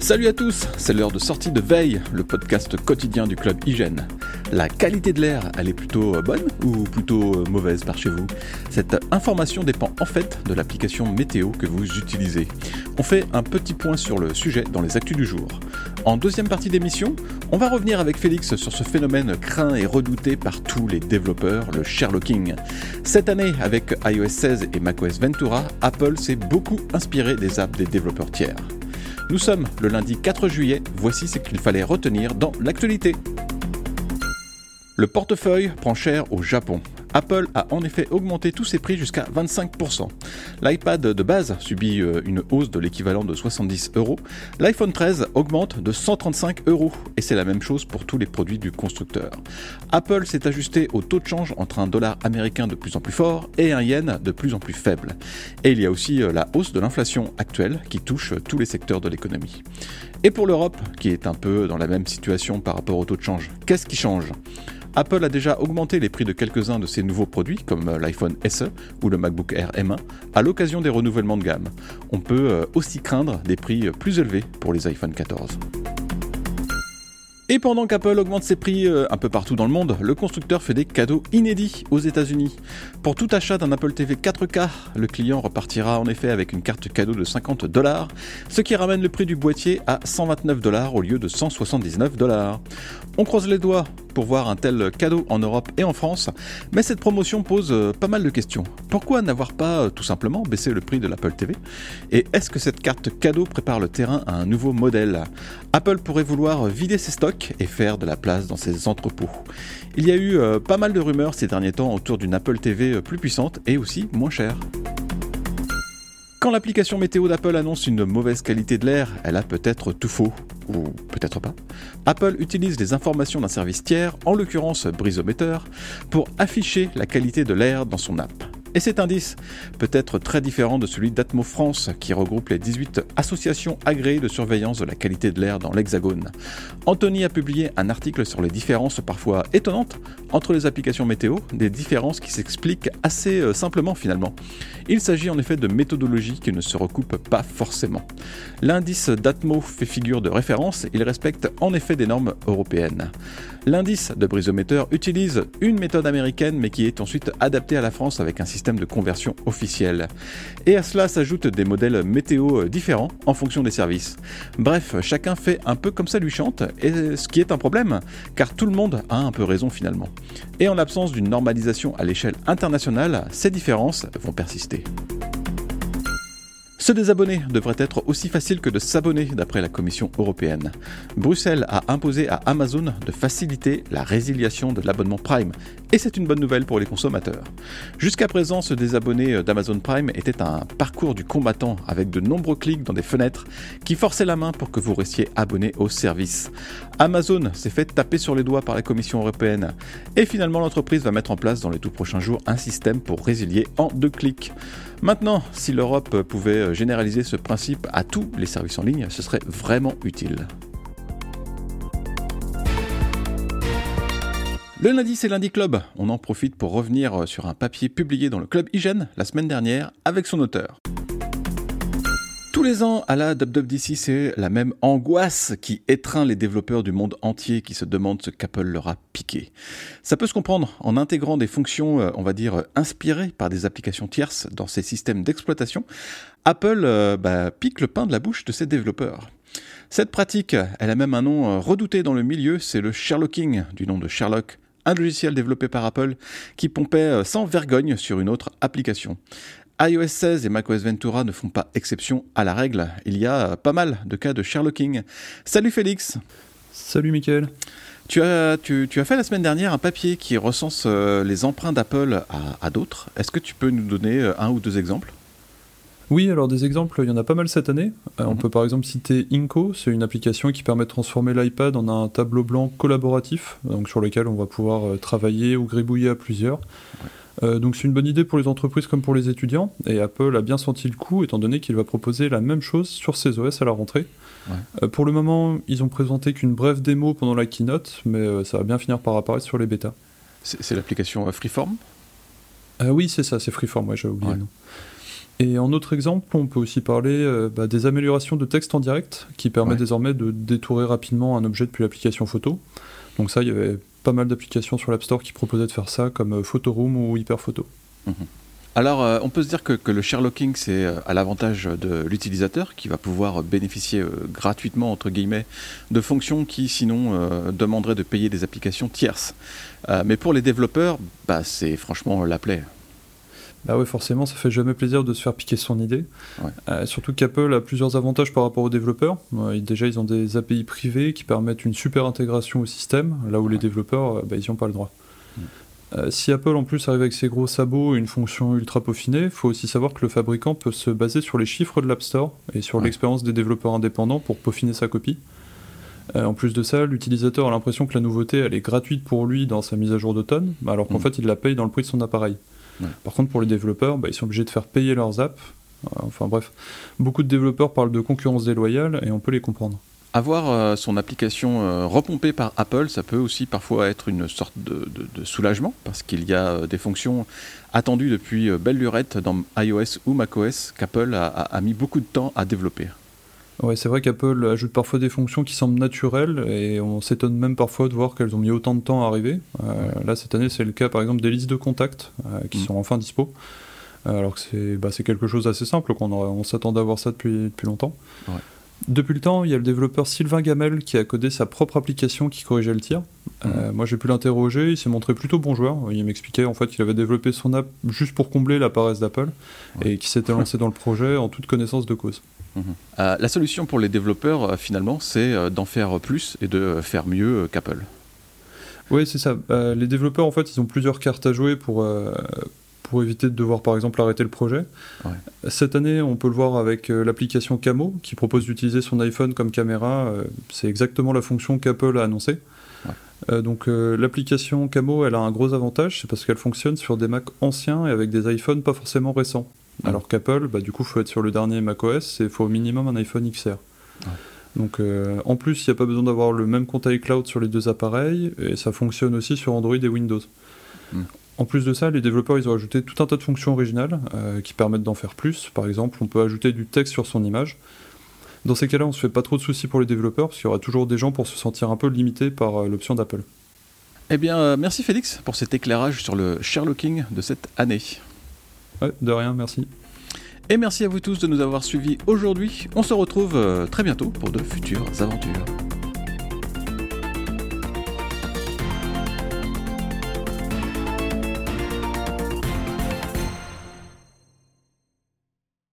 Salut à tous, c'est l'heure de sortie de Veille, le podcast quotidien du club Hygiène. La qualité de l'air, elle est plutôt bonne ou plutôt mauvaise par chez vous? Cette information dépend en fait de l'application météo que vous utilisez. On fait un petit point sur le sujet dans les actus du jour. En deuxième partie d'émission, on va revenir avec Félix sur ce phénomène craint et redouté par tous les développeurs, le Sherlocking. Cette année, avec iOS 16 et macOS Ventura, Apple s'est beaucoup inspiré des apps des développeurs tiers. Nous sommes le lundi 4 juillet, voici ce qu'il fallait retenir dans l'actualité. Le portefeuille prend cher au Japon. Apple a en effet augmenté tous ses prix jusqu'à 25%. L'iPad de base subit une hausse de l'équivalent de 70 €. L'iPhone 13 augmente de 135 €. Et c'est la même chose pour tous les produits du constructeur. Apple s'est ajusté au taux de change entre un dollar américain de plus en plus fort et un yen de plus en plus faible. Et il y a aussi la hausse de l'inflation actuelle qui touche tous les secteurs de l'économie. Et pour l'Europe, qui est un peu dans la même situation par rapport au taux de change, qu'est-ce qui change ? Apple a déjà augmenté les prix de quelques-uns de ses nouveaux produits, comme l'iPhone SE ou le MacBook Air M1, à l'occasion des renouvellements de gamme. On peut aussi craindre des prix plus élevés pour les iPhone 14. Et pendant qu'Apple augmente ses prix un peu partout dans le monde, le constructeur fait des cadeaux inédits aux États-Unis. Pour tout achat d'un Apple TV 4K, le client repartira en effet avec une carte cadeau de $50, ce qui ramène le prix du boîtier à $129 au lieu de $179. On croise les doigts pour voir un tel cadeau en Europe et en France, mais cette promotion pose pas mal de questions. Pourquoi n'avoir pas tout simplement baissé le prix de l'Apple TV ? Et est-ce que cette carte cadeau prépare le terrain à un nouveau modèle ? Apple pourrait vouloir vider ses stocks et faire de la place dans ses entrepôts. Il y a eu pas mal de rumeurs ces derniers temps autour d'une Apple TV plus puissante et aussi moins chère. Quand l'application météo d'Apple annonce une mauvaise qualité de l'air, elle a peut-être tout faux, ou peut-être pas. Apple utilise les informations d'un service tiers, en l'occurrence Breezometer, pour afficher la qualité de l'air dans son app. Et cet indice peut être très différent de celui d'Atmo France, qui regroupe les 18 associations agréées de surveillance de la qualité de l'air dans l'Hexagone. Anthony a publié un article sur les différences parfois étonnantes entre les applications météo, des différences qui s'expliquent assez simplement finalement. Il s'agit en effet de méthodologies qui ne se recoupent pas forcément. L'indice d'Atmo fait figure de référence, il respecte en effet des normes européennes. L'indice de Breezometer utilise une méthode américaine mais qui est ensuite adaptée à la France avec un système de conversion officiel. Et à cela s'ajoutent des modèles météo différents en fonction des services. Bref, chacun fait un peu comme ça lui chante, et ce qui est un problème, car tout le monde a un peu raison finalement. Et en l'absence d'une normalisation à l'échelle internationale, ces différences vont persister. Se désabonner devrait être aussi facile que de s'abonner d'après la Commission européenne. Bruxelles a imposé à Amazon de faciliter la résiliation de l'abonnement Prime, et c'est une bonne nouvelle pour les consommateurs. Jusqu'à présent, se désabonner d'Amazon Prime était un parcours du combattant avec de nombreux clics dans des fenêtres qui forçaient la main pour que vous restiez abonné au service. Amazon s'est fait taper sur les doigts par la Commission européenne, et finalement l'entreprise va mettre en place dans les tout prochains jours un système pour résilier en 2 clics. Maintenant, si l'Europe pouvait généraliser ce principe à tous les services en ligne, ce serait vraiment utile. Le lundi, c'est Lundi Club. On en profite pour revenir sur un papier publié dans le Club Hygiène la semaine dernière avec son auteur. Tous les ans, à la WWDC, c'est la même angoisse qui étreint les développeurs du monde entier qui se demandent ce qu'Apple leur a piqué. Ça peut se comprendre en intégrant des fonctions, on va dire, inspirées par des applications tierces dans ses systèmes d'exploitation. Apple pique le pain de la bouche de ses développeurs. Cette pratique, elle a même un nom redouté dans le milieu, c'est le Sherlocking, du nom de Sherlock, un logiciel développé par Apple qui pompait sans vergogne sur une autre application. iOS 16 et macOS Ventura ne font pas exception à la règle. Il y a pas mal de cas de Sherlocking. Salut Félix. Salut Mickaël. Tu as fait la semaine dernière un papier qui recense les emprunts d'Apple à d'autres. Est-ce que tu peux nous donner un ou deux exemples ? Oui, alors des exemples, il y en a pas mal cette année. On peut par exemple citer Inco, c'est une application qui permet de transformer l'iPad en un tableau blanc collaboratif, donc sur lequel on va pouvoir travailler ou gribouiller à plusieurs. Donc c'est une bonne idée pour les entreprises comme pour les étudiants, et Apple a bien senti le coup étant donné qu'il va proposer la même chose sur ses OS à la rentrée. Pour le moment, ils ont présenté qu'une brève démo pendant la keynote, mais ça va bien finir par apparaître sur les bêtas. C'est l'application Freeform ? Oui, c'est ça, c'est Freeform, j'ai oublié le nom. Et en autre exemple, on peut aussi parler des améliorations de texte en direct, qui permettent désormais de détourer rapidement un objet depuis l'application photo. Donc ça, il y avait pas mal d'applications sur l'App Store qui proposaient de faire ça, comme Photoroom ou Hyperphoto. Alors, on peut se dire que le sherlocking, c'est à l'avantage de l'utilisateur, qui va pouvoir bénéficier gratuitement, entre guillemets, de fonctions qui, sinon, demanderaient de payer des applications tierces. Mais pour les développeurs, c'est franchement la plaie. Bah ouais, forcément, ça fait jamais plaisir de se faire piquer son idée. Surtout qu'Apple a plusieurs avantages par rapport aux développeurs. Déjà, ils ont des API privées qui permettent une super intégration au système, là où les développeurs, ils n'y ont pas le droit. Si Apple en plus arrive avec ses gros sabots et une fonction ultra peaufinée, il faut aussi savoir que le fabricant peut se baser sur les chiffres de l'App Store et sur l'expérience des développeurs indépendants pour peaufiner sa copie. En plus de ça, l'utilisateur a l'impression que la nouveauté elle est gratuite pour lui dans sa mise à jour d'automne, alors qu'en fait il la paye dans le prix de son appareil. Par contre pour les développeurs, ils sont obligés de faire payer leurs apps. Enfin bref, beaucoup de développeurs parlent de concurrence déloyale et on peut les comprendre. Avoir son application repompée par Apple, ça peut aussi parfois être une sorte de soulagement, parce qu'il y a des fonctions attendues depuis belle lurette dans iOS ou macOS qu'Apple a mis beaucoup de temps à développer. Ouais, c'est vrai qu'Apple ajoute parfois des fonctions qui semblent naturelles et on s'étonne même parfois de voir qu'elles ont mis autant de temps à arriver. Là, cette année, c'est le cas par exemple des listes de contacts qui sont enfin dispo. Alors que c'est quelque chose d'assez simple, on s'attendait à voir ça depuis longtemps. Depuis le temps, il y a le développeur Sylvain Gamel qui a codé sa propre application qui corrigeait le tir. Moi, j'ai pu l'interroger, il s'est montré plutôt bon joueur. Il m'expliquait en fait qu'il avait développé son app juste pour combler la paresse d'Apple et qu'il s'était lancé dans le projet en toute connaissance de cause. La solution pour les développeurs, finalement, c'est d'en faire plus et de faire mieux qu'Apple. Oui, c'est ça. Les développeurs, en fait, ils ont plusieurs cartes à jouer pour éviter de devoir, par exemple, arrêter le projet. Cette année, on peut le voir avec l'application Camo, qui propose d'utiliser son iPhone comme caméra. C'est exactement la fonction qu'Apple a annoncée. Donc l'application Camo, elle a un gros avantage, c'est parce qu'elle fonctionne sur des Mac anciens et avec des iPhones pas forcément récents. Alors qu'Apple, du coup, il faut être sur le dernier macOS et il faut au minimum un iPhone XR. Donc en plus, il n'y a pas besoin d'avoir le même compte iCloud sur les deux appareils et ça fonctionne aussi sur Android et Windows. En plus de ça, les développeurs ils ont ajouté tout un tas de fonctions originales qui permettent d'en faire plus. Par exemple, on peut ajouter du texte sur son image. Dans ces cas-là, on ne se fait pas trop de soucis pour les développeurs parce qu'il y aura toujours des gens pour se sentir un peu limités par l'option d'Apple. Eh bien, merci Félix pour cet éclairage sur le sherlocking de cette année. Ouais, de rien, merci. Et merci à vous tous de nous avoir suivis aujourd'hui. On se retrouve très bientôt pour de futures aventures.